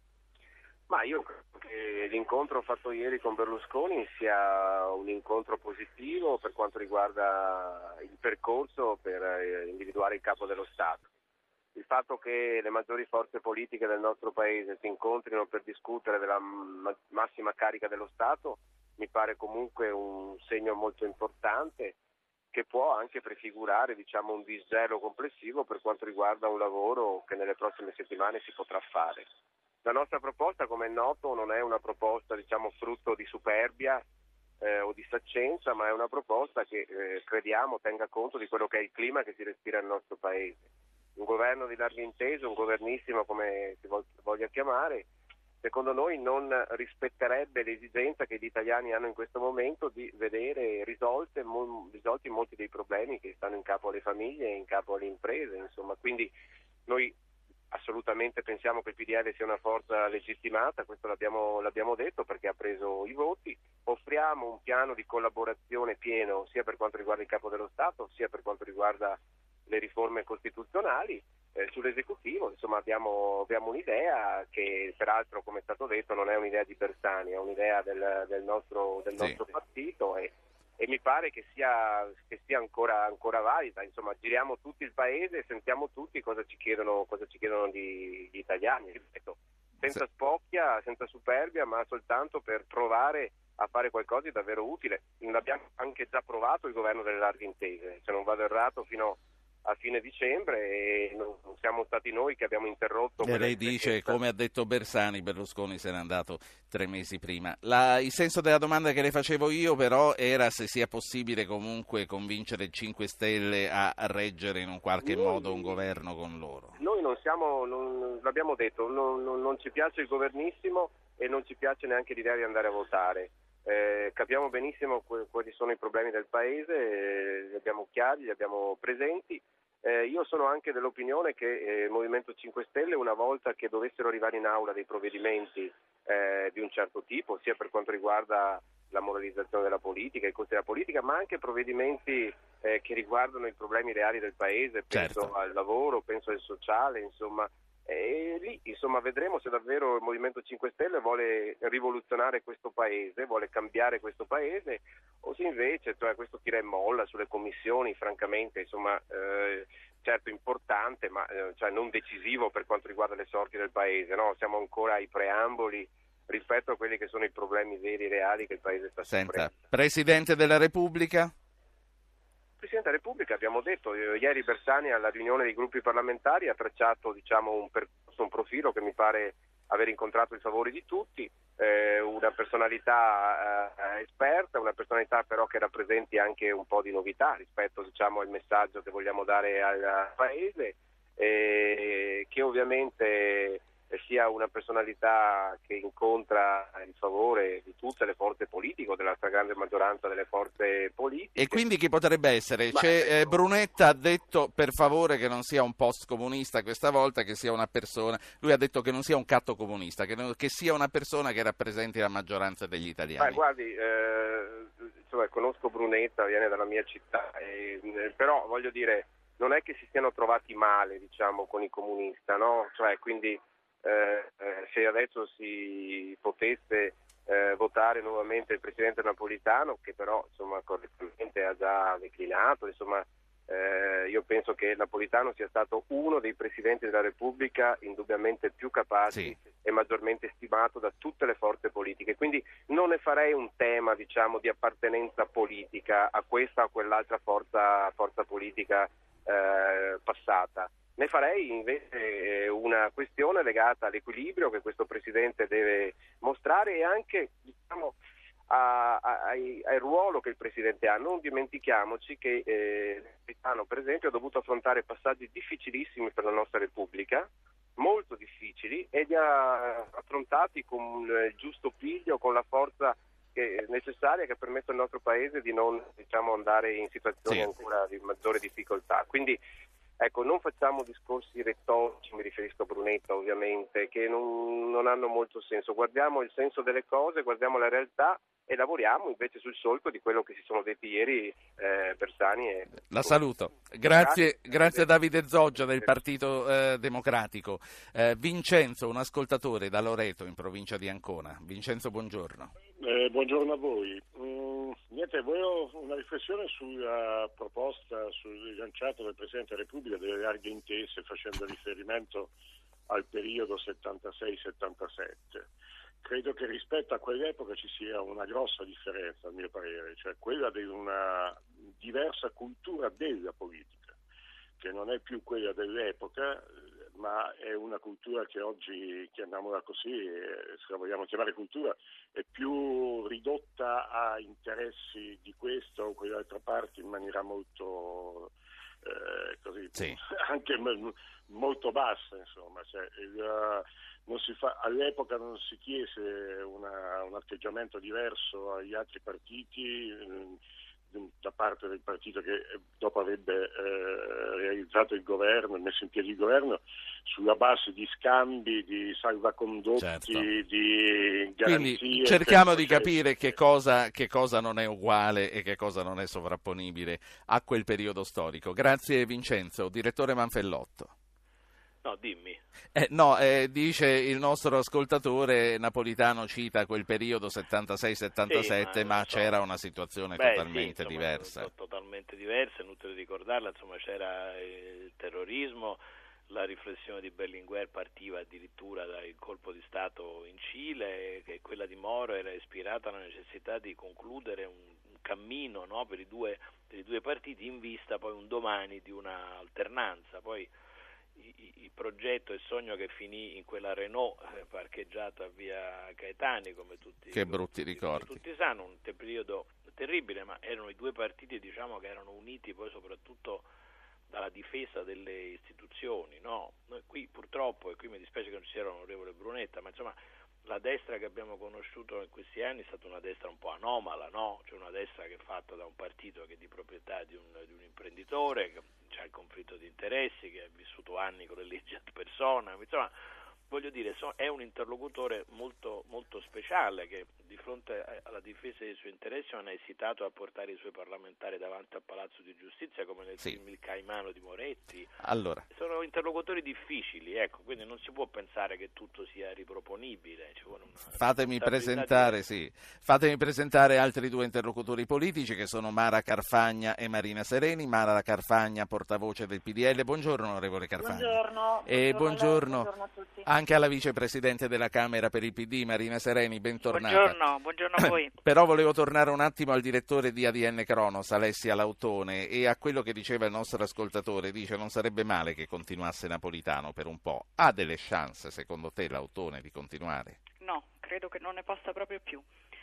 Ma io credo che l'incontro fatto ieri con Berlusconi sia un incontro positivo per quanto riguarda il percorso per individuare il capo dello Stato. Il fatto che le maggiori forze politiche del nostro Paese si incontrino per discutere della massima carica dello Stato mi pare comunque un segno molto importante che può anche prefigurare, diciamo, un disgelo complessivo per quanto riguarda un lavoro che nelle prossime settimane si potrà fare. La nostra proposta, come è noto, non è una proposta, diciamo, frutto di superbia o di saccenza, ma è una proposta che crediamo tenga conto di quello che è il clima che si respira nel nostro Paese. Un governo di larghe intese, un governissimo come si voglia chiamare, secondo noi non rispetterebbe l'esigenza che gli italiani hanno in questo momento di vedere risolti molti dei problemi che stanno in capo alle famiglie e in capo alle imprese. Insomma, quindi noi assolutamente pensiamo che il PDL sia una forza legittimata, questo l'abbiamo detto perché ha preso i voti, offriamo un piano di collaborazione pieno sia per quanto riguarda il capo dello Stato sia per quanto riguarda le riforme costituzionali. Sull'esecutivo insomma abbiamo un'idea che peraltro, come è stato detto, non è un'idea di Bersani, è un'idea del nostro partito e mi pare che sia ancora valida. Insomma, giriamo tutto il paese e sentiamo tutti cosa ci chiedono gli italiani, ripeto, senza spocchia, senza superbia, ma soltanto per provare a fare qualcosa di davvero utile. L'abbiamo anche già provato il governo delle larghe intese, se non vado errato, fino a fine dicembre e non siamo stati noi che abbiamo interrotto. E lei dice, come ha detto Bersani, Berlusconi se n'è andato 3 mesi prima. Il senso della domanda che le facevo io però era se sia possibile comunque convincere il 5 Stelle a reggere in un qualche modo un governo con loro. Noi l'abbiamo detto, non ci piace il governissimo e non ci piace neanche l'idea di andare a votare. Capiamo benissimo quali sono i problemi del Paese, li abbiamo chiari, li abbiamo presenti. Io sono anche dell'opinione che il Movimento 5 Stelle, una volta che dovessero arrivare in aula dei provvedimenti di un certo tipo, sia per quanto riguarda la moralizzazione della politica, i costi della politica, ma anche provvedimenti che riguardano i problemi reali del Paese, penso al lavoro, penso al sociale, insomma. E lì insomma vedremo se davvero il Movimento 5 Stelle vuole rivoluzionare questo paese, vuole cambiare questo paese, o se invece questo tira e molla sulle commissioni, francamente insomma certo importante ma non decisivo per quanto riguarda le sorti del paese, no? Siamo ancora ai preamboli rispetto a quelli che sono i problemi veri e reali che il paese sta soffrendo. Presidente della Repubblica? Presidente della Repubblica, abbiamo detto, ieri Bersani alla riunione dei gruppi parlamentari ha tracciato un profilo che mi pare aver incontrato il favore di tutti, una personalità esperta, una personalità però che rappresenti anche un po' di novità rispetto al messaggio che vogliamo dare al Paese, che ovviamente sia una personalità che incontra il favore di tutte le forze politiche o della stragrande maggioranza delle forze politiche. E quindi chi potrebbe essere? Brunetta ha detto per favore che non sia un post comunista questa volta, che sia una persona, lui ha detto che non sia un catto comunista, che sia una persona che rappresenti la maggioranza degli italiani. Guardi, conosco Brunetta, viene dalla mia città, però voglio dire, non è che si siano trovati male, con i comunisti, no? Quindi se adesso si potesse votare nuovamente il presidente Napolitano, che però correttamente ha già declinato, Io penso che Napolitano sia stato uno dei Presidenti della Repubblica indubbiamente più capaci e maggiormente stimato da tutte le forze politiche, quindi non ne farei un tema, diciamo, di appartenenza politica a questa o quell'altra forza politica passata. Ne farei invece una questione legata all'equilibrio che questo Presidente deve mostrare e anche, diciamo, al ruolo che il Presidente ha. Non dimentichiamoci che Napolitano, per esempio, ha dovuto affrontare passaggi difficilissimi per la nostra Repubblica, molto difficili, e li ha affrontati con il giusto piglio, con la forza necessaria che ha permesso al nostro Paese di non, diciamo, andare in situazioni ancora di maggiore difficoltà. Quindi ecco, non facciamo discorsi retorici, mi riferisco a Brunetta ovviamente, che non hanno molto senso. Guardiamo il senso delle cose, guardiamo la realtà e lavoriamo invece sul solco di quello che si sono detti ieri Bersani e... La saluto. Grazie a Davide Zoggia del Partito Democratico. Vincenzo, un ascoltatore da Loreto in provincia di Ancona. Vincenzo, buongiorno. Buongiorno a voi. Volevo una riflessione sulla proposta sul rilanciato del Presidente della Repubblica delle larghe intese, facendo riferimento al periodo 76-77. Credo che rispetto a quell'epoca ci sia una grossa differenza, a mio parere, cioè quella di una diversa cultura della politica, che non è più quella dell'epoca, ma è una cultura che oggi, chiamiamola così, se la vogliamo chiamare cultura, è più ridotta a interessi di questa o quell'altra parte in maniera molto anche molto bassa, insomma. Cioè, all'epoca non si chiese un atteggiamento diverso agli altri partiti da parte del partito che dopo avrebbe realizzato il governo e messo in piedi il governo sulla base di scambi, di salvacondotti, di garanzie. Quindi cerchiamo di capire che cosa non è uguale e che cosa non è sovrapponibile a quel periodo storico. Grazie Vincenzo. Direttore Manfellotto. No, dimmi. Dice il nostro ascoltatore, Napolitano cita quel periodo 76-77, ma c'era una situazione totalmente diversa. Totalmente diversa, è inutile ricordarla, insomma c'era il terrorismo, la riflessione di Berlinguer partiva addirittura dal colpo di Stato in Cile, e quella di Moro era ispirata alla necessità di concludere un cammino, no, per i due partiti in vista poi un domani di una alternanza. Poi il progetto e il sogno che finì in quella Renault parcheggiata a via Caetani, come tutti sanno, un periodo terribile, ma erano i due partiti, diciamo, che erano uniti poi soprattutto dalla difesa delle istituzioni, no? Noi qui purtroppo, e qui mi dispiace che non ci sia l'onorevole Brunetta, ma insomma la destra che abbiamo conosciuto in questi anni è stata una destra un po' anomala, no? Cioè una destra che è fatta da un partito che è di proprietà di un imprenditore, che c'ha il conflitto di interessi, che ha vissuto anni con le leggi ad persona, insomma, voglio dire, è un interlocutore molto, molto speciale che di fronte alla difesa dei suoi interessi non ha esitato a portare i suoi parlamentari davanti al Palazzo di Giustizia, come nel film Il Caimano di Moretti. Allora, sono interlocutori difficili, ecco, quindi non si può pensare che tutto sia riproponibile. Fatemi presentare altri due interlocutori politici che sono Mara Carfagna e Marina Sereni. Mara Carfagna, portavoce del PDL. Buongiorno onorevole Carfagna. Buongiorno a tutti. Anche alla vicepresidente della Camera per il PD, Marina Sereni, bentornata. Buongiorno a voi. Però volevo tornare un attimo al direttore di ADN Cronos, Alessia Lautone, e a quello che diceva il nostro ascoltatore. Dice: non sarebbe male che continuasse Napolitano per un po'. Ha delle chance, secondo te, Lautone, di continuare? No, credo che non ne possa proprio più.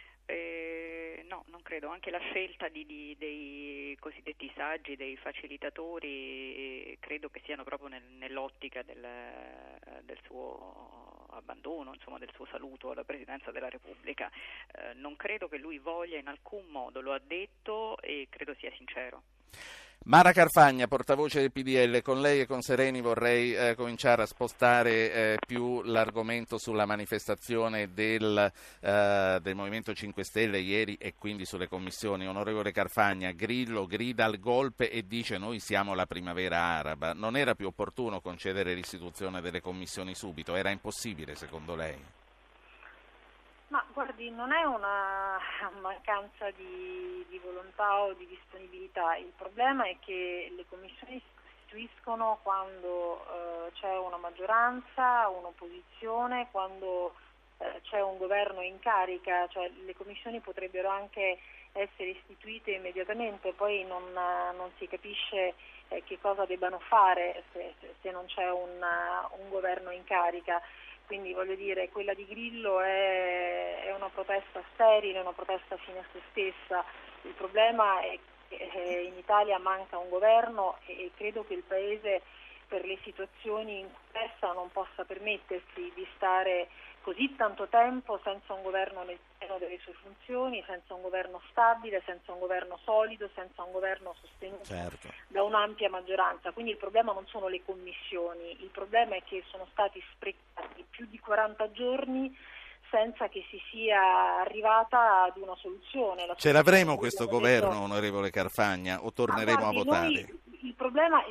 No, non credo. Anche la scelta dei cosiddetti saggi, dei facilitatori, credo che siano proprio nell'ottica del suo abbandono, insomma, del suo saluto alla Presidenza della Repubblica. Non credo che lui voglia in alcun modo, lo ha detto e credo sia sincero. Mara Carfagna, portavoce del PDL, con lei e con Sereni vorrei cominciare a spostare più l'argomento sulla manifestazione del Movimento 5 Stelle ieri e quindi sulle commissioni. Onorevole Carfagna, Grillo grida al golpe e dice: noi siamo la primavera araba. Non era più opportuno concedere l'istituzione delle commissioni subito? Era impossibile secondo lei? Ma guardi, non è una mancanza di volontà o di disponibilità, il problema è che le commissioni si costituiscono quando c'è una maggioranza, un'opposizione, quando c'è un governo in carica, cioè le commissioni potrebbero anche essere istituite immediatamente, poi non si capisce che cosa debbano fare se non c'è un governo in carica. Quindi voglio dire, quella di Grillo è una protesta sterile, una protesta fine a se stessa. Il problema è che in Italia manca un governo e credo che il Paese per le situazioni in cui versa non possa permettersi di stare così tanto tempo senza un governo nel pieno delle sue funzioni, senza un governo stabile, senza un governo solido, senza un governo sostenuto da un'ampia maggioranza. Quindi il problema non sono le commissioni, il problema è che sono stati sprecati più di 40 giorni senza che si sia arrivata ad una soluzione. Ce l'avremo questo governo, onorevole Carfagna, o torneremo a votare? Il problema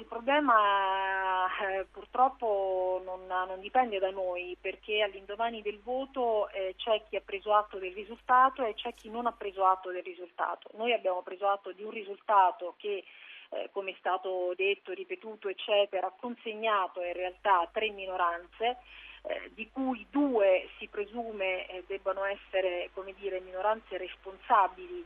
purtroppo non dipende da noi, perché all'indomani del voto c'è chi ha preso atto del risultato e c'è chi non ha preso atto del risultato. Noi abbiamo preso atto di un risultato che, come è stato detto, ripetuto, eccetera, ha consegnato in realtà 3 minoranze, di cui 2 si presume debbano essere, come dire, minoranze responsabili,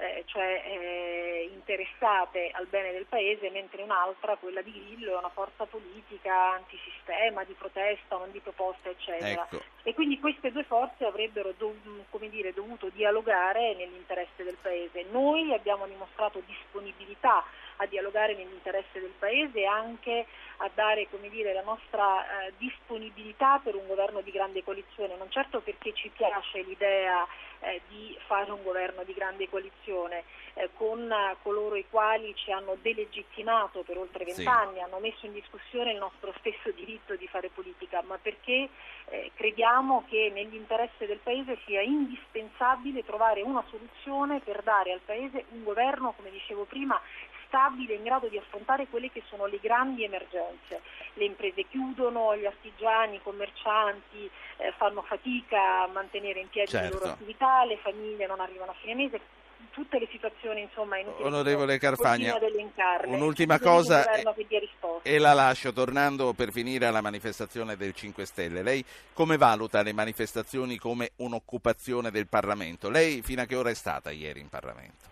cioè interessate al bene del Paese, mentre un'altra, quella di Grillo, è una forza politica antisistema, di protesta, non di proposta, eccetera. Ecco. E quindi queste 2 forze avrebbero dovuto dialogare nell'interesse del Paese. Noi abbiamo dimostrato disponibilità a dialogare nell'interesse del Paese e anche a dare, come dire, la nostra disponibilità per un governo di grande coalizione, non certo perché ci piace l'idea di fare un governo di grande coalizione con coloro i quali ci hanno delegittimato per oltre 20 anni, hanno messo in discussione il nostro stesso diritto di fare politica, ma perché crediamo che nell'interesse del Paese sia indispensabile trovare una soluzione per dare al Paese un governo, come dicevo prima, stabile, in grado di affrontare quelle che sono le grandi emergenze. Le imprese chiudono, gli artigiani, i commercianti fanno fatica a mantenere in piedi le loro attività, le famiglie non arrivano a fine mese, tutte le situazioni, insomma, inutili. Onorevole Carfagna, un'ultima cosa e la lascio, tornando per finire alla manifestazione del 5 Stelle. Lei come valuta le manifestazioni come un'occupazione del Parlamento? Lei fino a che ora è stata ieri in Parlamento?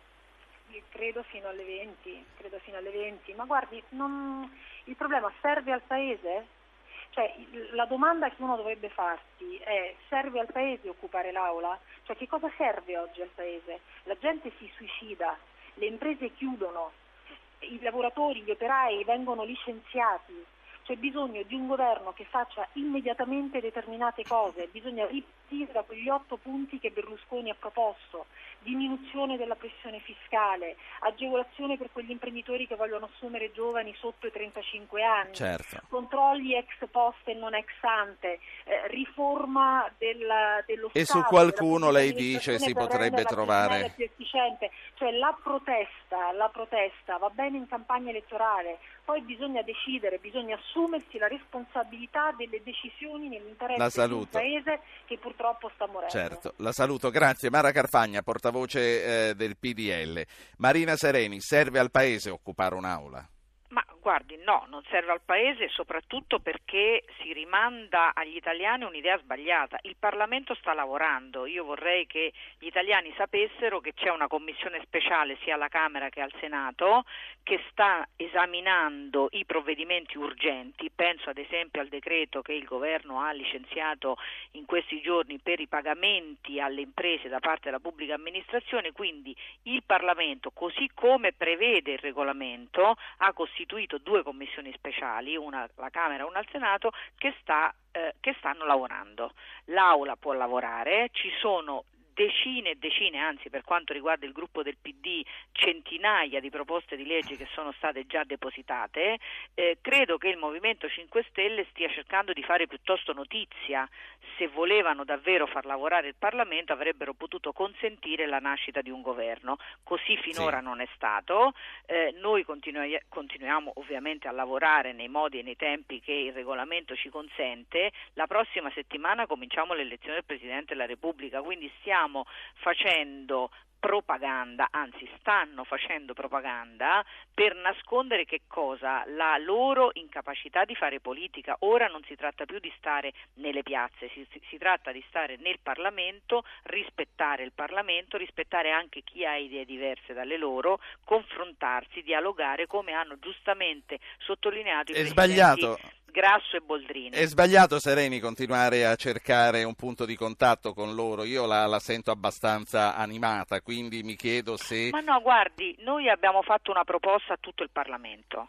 Credo fino alle 20, ma guardi, il problema serve al Paese? Cioè, la domanda che uno dovrebbe farsi è: serve al Paese occupare l'Aula? Cioè, che cosa serve oggi al Paese? La gente si suicida, le imprese chiudono, i lavoratori, gli operai vengono licenziati. C'è bisogno di un governo che faccia immediatamente determinate cose, bisogna ripartire da quegli 8 punti che Berlusconi ha proposto: diminuzione della pressione fiscale, agevolazione per quegli imprenditori che vogliono assumere giovani sotto i 35 anni, controlli ex post e non ex ante, riforma dello Stato. E su qualcuno lei dice si potrebbe trovare più efficiente. Cioè la protesta va bene in campagna elettorale, poi bisogna decidere, bisogna assumersi la responsabilità delle decisioni nell'interesse di un Paese che purtroppo sta morendo. Certo, la saluto, grazie. Mara Carfagna, portavoce del PDL. Marina Sereni, serve al Paese occupare un'aula? Ma guardi, no, non serve al Paese, soprattutto perché si rimanda agli italiani un'idea sbagliata. Il Parlamento sta lavorando, io vorrei che gli italiani sapessero che c'è una commissione speciale sia alla Camera che al Senato che sta esaminando i provvedimenti urgenti, penso ad esempio al decreto che il governo ha licenziato in questi giorni per i pagamenti alle imprese da parte della pubblica amministrazione, quindi il Parlamento, così come prevede il regolamento, ha costituito 2 commissioni speciali, una alla Camera e una al Senato, che stanno lavorando. L'Aula può lavorare, ci sono decine e decine, anzi per quanto riguarda il gruppo del PD centinaia di proposte di legge che sono state già depositate. Credo che il Movimento 5 Stelle stia cercando di fare piuttosto notizia. Se volevano davvero far lavorare il Parlamento avrebbero potuto consentire la nascita di un governo, così finora non è stato. Noi continuiamo ovviamente a lavorare nei modi e nei tempi che il regolamento ci consente. La prossima settimana cominciamo l'elezione del Presidente della Repubblica, quindi stiamo facendo propaganda, anzi stanno facendo propaganda per nascondere che cosa? La loro incapacità di fare politica. Ora non si tratta più di stare nelle piazze, si tratta di stare nel Parlamento, rispettare il Parlamento, rispettare anche chi ha idee diverse dalle loro, confrontarsi, dialogare, come hanno giustamente sottolineato i presidenti Grasso e Boldrini. È sbagliato, Sereni, continuare a cercare un punto di contatto con loro. Io la sento abbastanza animata, quindi mi chiedo se... Ma no, guardi, noi abbiamo fatto una proposta a tutto il Parlamento.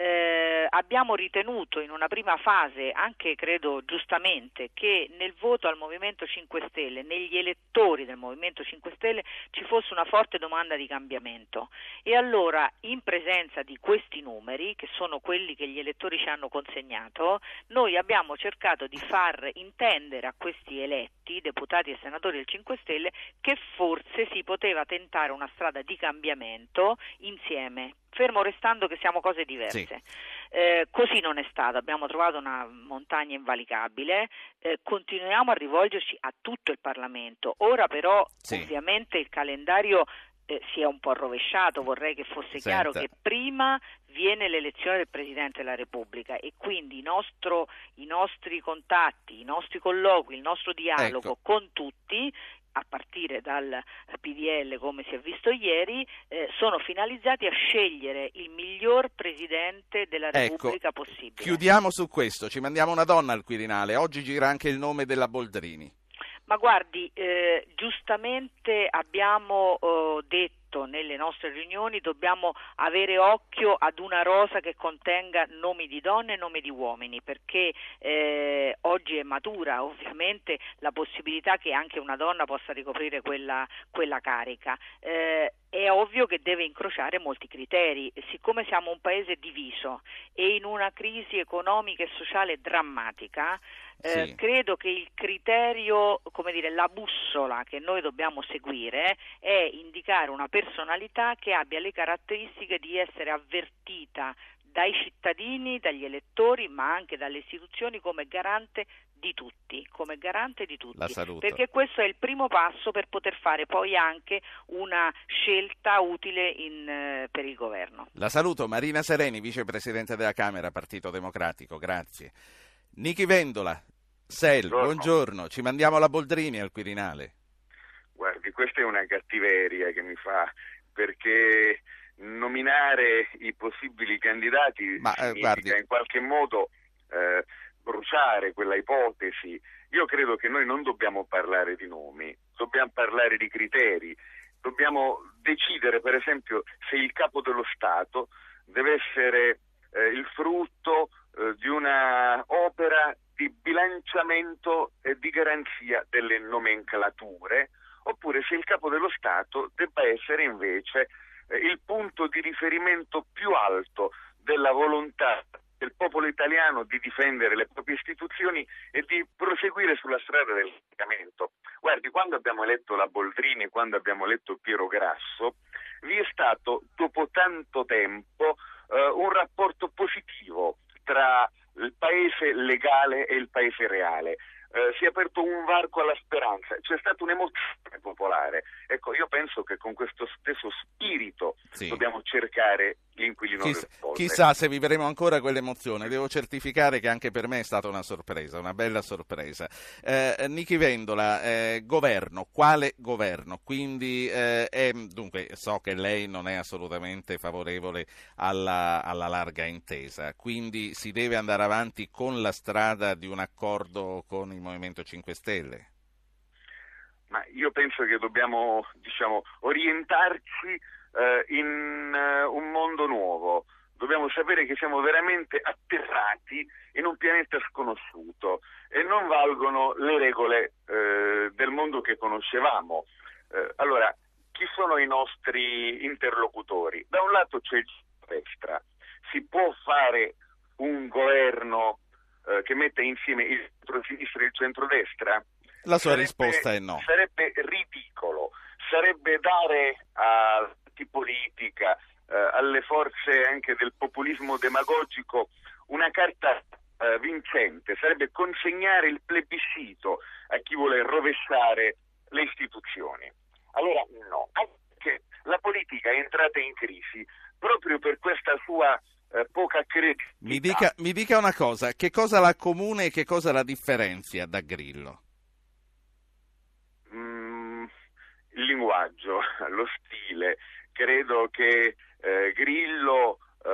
Abbiamo ritenuto in una prima fase, anche credo giustamente, che nel voto al Movimento 5 Stelle, negli elettori del Movimento 5 Stelle, ci fosse una forte domanda di cambiamento. E allora, in presenza di questi numeri, che sono quelli che gli elettori ci hanno consegnato, noi abbiamo cercato di far intendere a questi eletti, deputati e senatori del 5 Stelle, che forse si poteva tentare una strada di cambiamento insieme, fermo restando che siamo cose diverse. Così non è stato, abbiamo trovato una montagna invalicabile, continuiamo a rivolgerci a tutto il Parlamento. Ora però ovviamente il calendario si è un po' rovesciato, vorrei che fosse chiaro che prima viene l'elezione del Presidente della Repubblica e quindi i nostri contatti, i nostri colloqui, il nostro dialogo con tutti, a partire dal PDL come si è visto ieri, sono finalizzati a scegliere il miglior Presidente della Repubblica possibile. Chiudiamo su questo, ci mandiamo una donna al Quirinale, oggi gira anche il nome della Boldrini. Ma guardi, giustamente abbiamo detto nelle nostre riunioni dobbiamo avere occhio ad una rosa che contenga nomi di donne e nomi di uomini, perché oggi è matura ovviamente la possibilità che anche una donna possa ricoprire quella carica. È ovvio che deve incrociare molti criteri. Siccome siamo un paese diviso e in una crisi economica e sociale drammatica, credo che il criterio, come dire, la bussola che noi dobbiamo seguire è indicare una personalità che abbia le caratteristiche di essere avvertita dai cittadini, dagli elettori, ma anche dalle istituzioni come garante di tutti, La saluto. perché questo è il primo passo per poter fare poi anche una scelta utile per il governo. La saluto, Marina Sereni, vicepresidente della Camera, Partito Democratico, grazie. Nichi Vendola, buongiorno, ci mandiamo la Boldrini al Quirinale. Guardi, questa è una cattiveria che mi fa, perché nominare i possibili candidati significa in qualche modo bruciare quella ipotesi. Io credo che noi non dobbiamo parlare di nomi, dobbiamo parlare di criteri, dobbiamo decidere per esempio se il capo dello Stato deve essere il frutto di una opera di bilanciamento e di garanzia delle nomenclature, oppure se il capo dello Stato debba essere invece il punto di riferimento più alto della volontà del popolo italiano di difendere le proprie istituzioni e di proseguire sulla strada del cambiamento. Guardi, quando abbiamo eletto la Boldrini, quando abbiamo eletto Piero Grasso, vi è stato dopo tanto tempo un rapporto positivo tra il paese legale e il paese reale. Si è aperto un varco alla speranza, c'è stata un'emozione popolare. Ecco, io penso che con questo stesso spirito dobbiamo cercare l'inquilino del polvere. Chissà se vivremo ancora quell'emozione. Devo certificare che anche per me è stata una sorpresa, una bella sorpresa. Nichi Vendola, governo, quale governo? Quindi dunque so che lei non è assolutamente favorevole alla larga intesa, quindi si deve andare avanti con la strada di un accordo con il Movimento 5 Stelle? Ma io penso che dobbiamo, orientarci in un mondo nuovo. Dobbiamo sapere che siamo veramente atterrati in un pianeta sconosciuto e non valgono le regole del mondo che conoscevamo. Allora, chi sono i nostri interlocutori? Da un lato c'è il centrodestra. Si può fare un governo che mette insieme il centro-sinistra e il centrodestra? La sua risposta è no. Sarebbe ridicolo, sarebbe dare a chi politica, alle forze anche del populismo demagogico una carta vincente, sarebbe consegnare il plebiscito a chi vuole rovesciare le istituzioni. Allora no, anche la politica è entrata in crisi proprio per questa sua poca credibilità. Mi dica una cosa, che cosa la accomuna e che cosa la differenzia da Grillo? Il linguaggio, lo stile. Credo che Grillo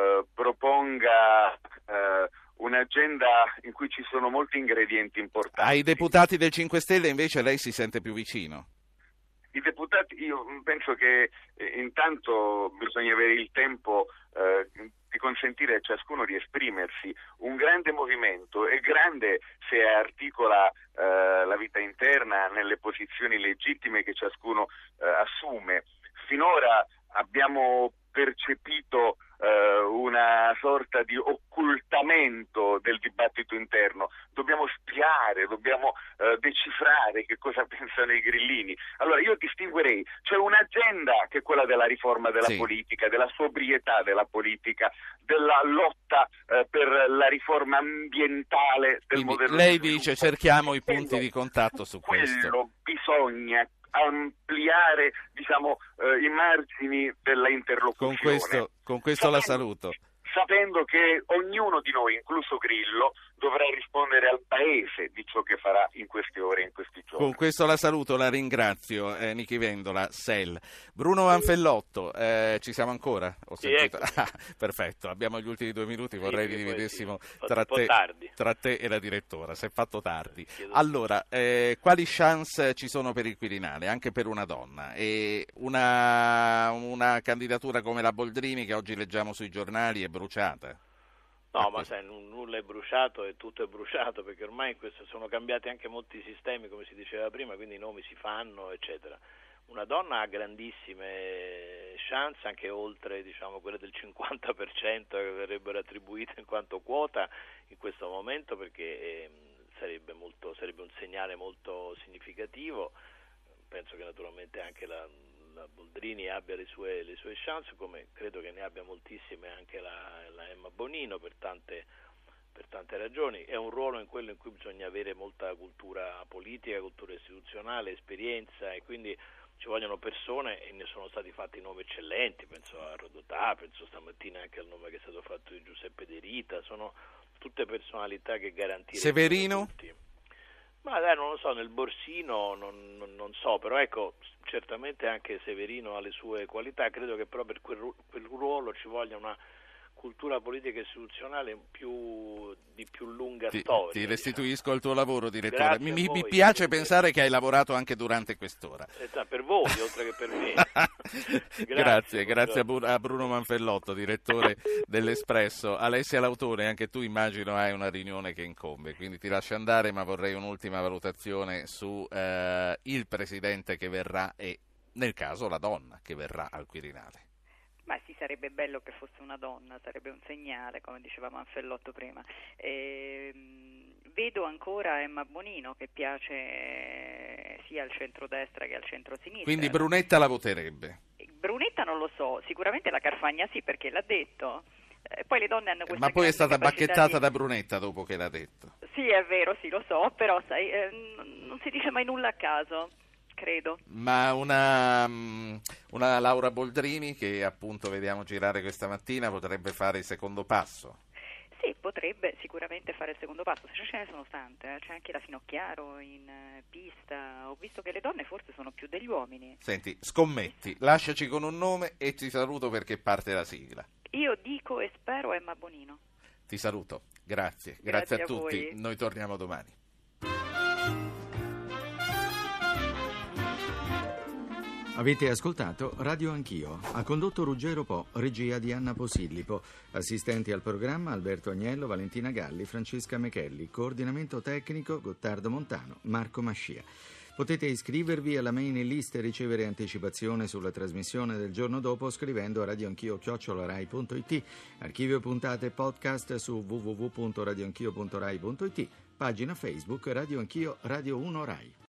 proponga un'agenda in cui ci sono molti ingredienti importanti. Ai deputati del 5 Stelle invece lei si sente più vicino? I deputati, io penso che intanto bisogna avere il tempo di consentire a ciascuno di esprimersi. Un grande movimento è grande se articola la vita interna nelle posizioni legittime che ciascuno assume. Finora abbiamo percepito una sorta di occultamento del dibattito interno. Dobbiamo spiare, dobbiamo decifrare che cosa pensano i grillini. Allora io distinguerei, c'è un'agenda che è quella della riforma della politica, della sobrietà della politica, della lotta per la riforma ambientale del modello. Lei dice cerchiamo i punti di contatto su questo. Quello bisogna ampliare, i margini della interlocuzione. Con questo la saluto. Sapendo che ognuno di noi, incluso Grillo, dovrà rispondere al Paese di ciò che farà in queste ore e in questi giorni. Con questo la saluto, la ringrazio. Nichi Vendola, SEL. Bruno Manfellotto, ci siamo ancora? Ecco. Perfetto, abbiamo gli ultimi 2 minuti, vorrei che dividessimo tra te e la direttora, si è fatto tardi. Allora, quali chance ci sono per il Quirinale, anche per una donna? E una candidatura come la Boldrini, che oggi leggiamo sui giornali, è bruciata? No, ma sai, nulla è bruciato e tutto è bruciato, perché ormai sono cambiati anche molti sistemi, come si diceva prima, quindi i nomi si fanno, eccetera. Una donna ha grandissime chance, anche oltre quelle del 50% che verrebbero attribuite in quanto quota in questo momento, perché sarebbe un segnale molto significativo. Penso che naturalmente anche la Boldrini abbia le sue chance, come credo che ne abbia moltissime anche la Emma Bonino per tante ragioni. È un ruolo in quello in cui bisogna avere molta cultura politica, cultura istituzionale, esperienza, e quindi ci vogliono persone, e ne sono stati fatti nomi eccellenti, penso a Rodotà, penso stamattina anche al nome che è stato fatto di Giuseppe De Rita. Sono tutte personalità che garantiscono. Severino? Ma dai, non lo so, nel borsino non so, però ecco, certamente anche Severino ha le sue qualità. Credo che però per quel ruolo ci voglia una cultura politica e istituzionale di più lunga storia. Ti restituisco il tuo lavoro, direttore. Grazie Mi piace pensare che hai lavorato anche durante quest'ora. Per voi, oltre che per me. Grazie a Bruno Manfellotto, direttore dell'Espresso. Alessia Lautone, anche tu immagino hai una riunione che incombe, quindi ti lascio andare, ma vorrei un'ultima valutazione su il presidente che verrà e, nel caso, la donna che verrà al Quirinale. Ma sì, sarebbe bello che fosse una donna, sarebbe un segnale, come diceva Manfellotto prima. Vedo ancora Emma Bonino, che piace sia al centrodestra che al centrosinistra. Quindi Brunetta la voterebbe? Brunetta non lo so, sicuramente la Carfagna sì, perché l'ha detto. Poi le donne hanno questa. Ma poi è stata bacchettata da Brunetta dopo che l'ha detto. Sì, è vero, sì, lo so, però sai, non si dice mai nulla a caso. Credo. Ma una Laura Boldrini, che appunto vediamo girare questa mattina, potrebbe fare il secondo passo? Sì, potrebbe sicuramente fare il secondo passo, se ce ne sono tante, c'è anche la Finocchiaro in pista. Ho visto che le donne forse sono più degli uomini. Senti, scommetti, lasciaci con un nome e ti saluto perché parte la sigla. Io dico e spero Emma Bonino. Ti saluto, grazie a tutti, noi torniamo domani. Avete ascoltato Radio Anch'io. Ha condotto Ruggero Po, regia di Anna Posillipo. Assistenti al programma Alberto Agnello, Valentina Galli, Francesca Mechelli. Coordinamento tecnico Gottardo Montano, Marco Mascia. Potete iscrivervi alla mailing list e ricevere anticipazione sulla trasmissione del giorno dopo scrivendo a radioanchio@rai.it. Archivio puntate podcast su www.radioanchio.rai.it. Pagina Facebook Radio Anch'io Radio 1 Rai.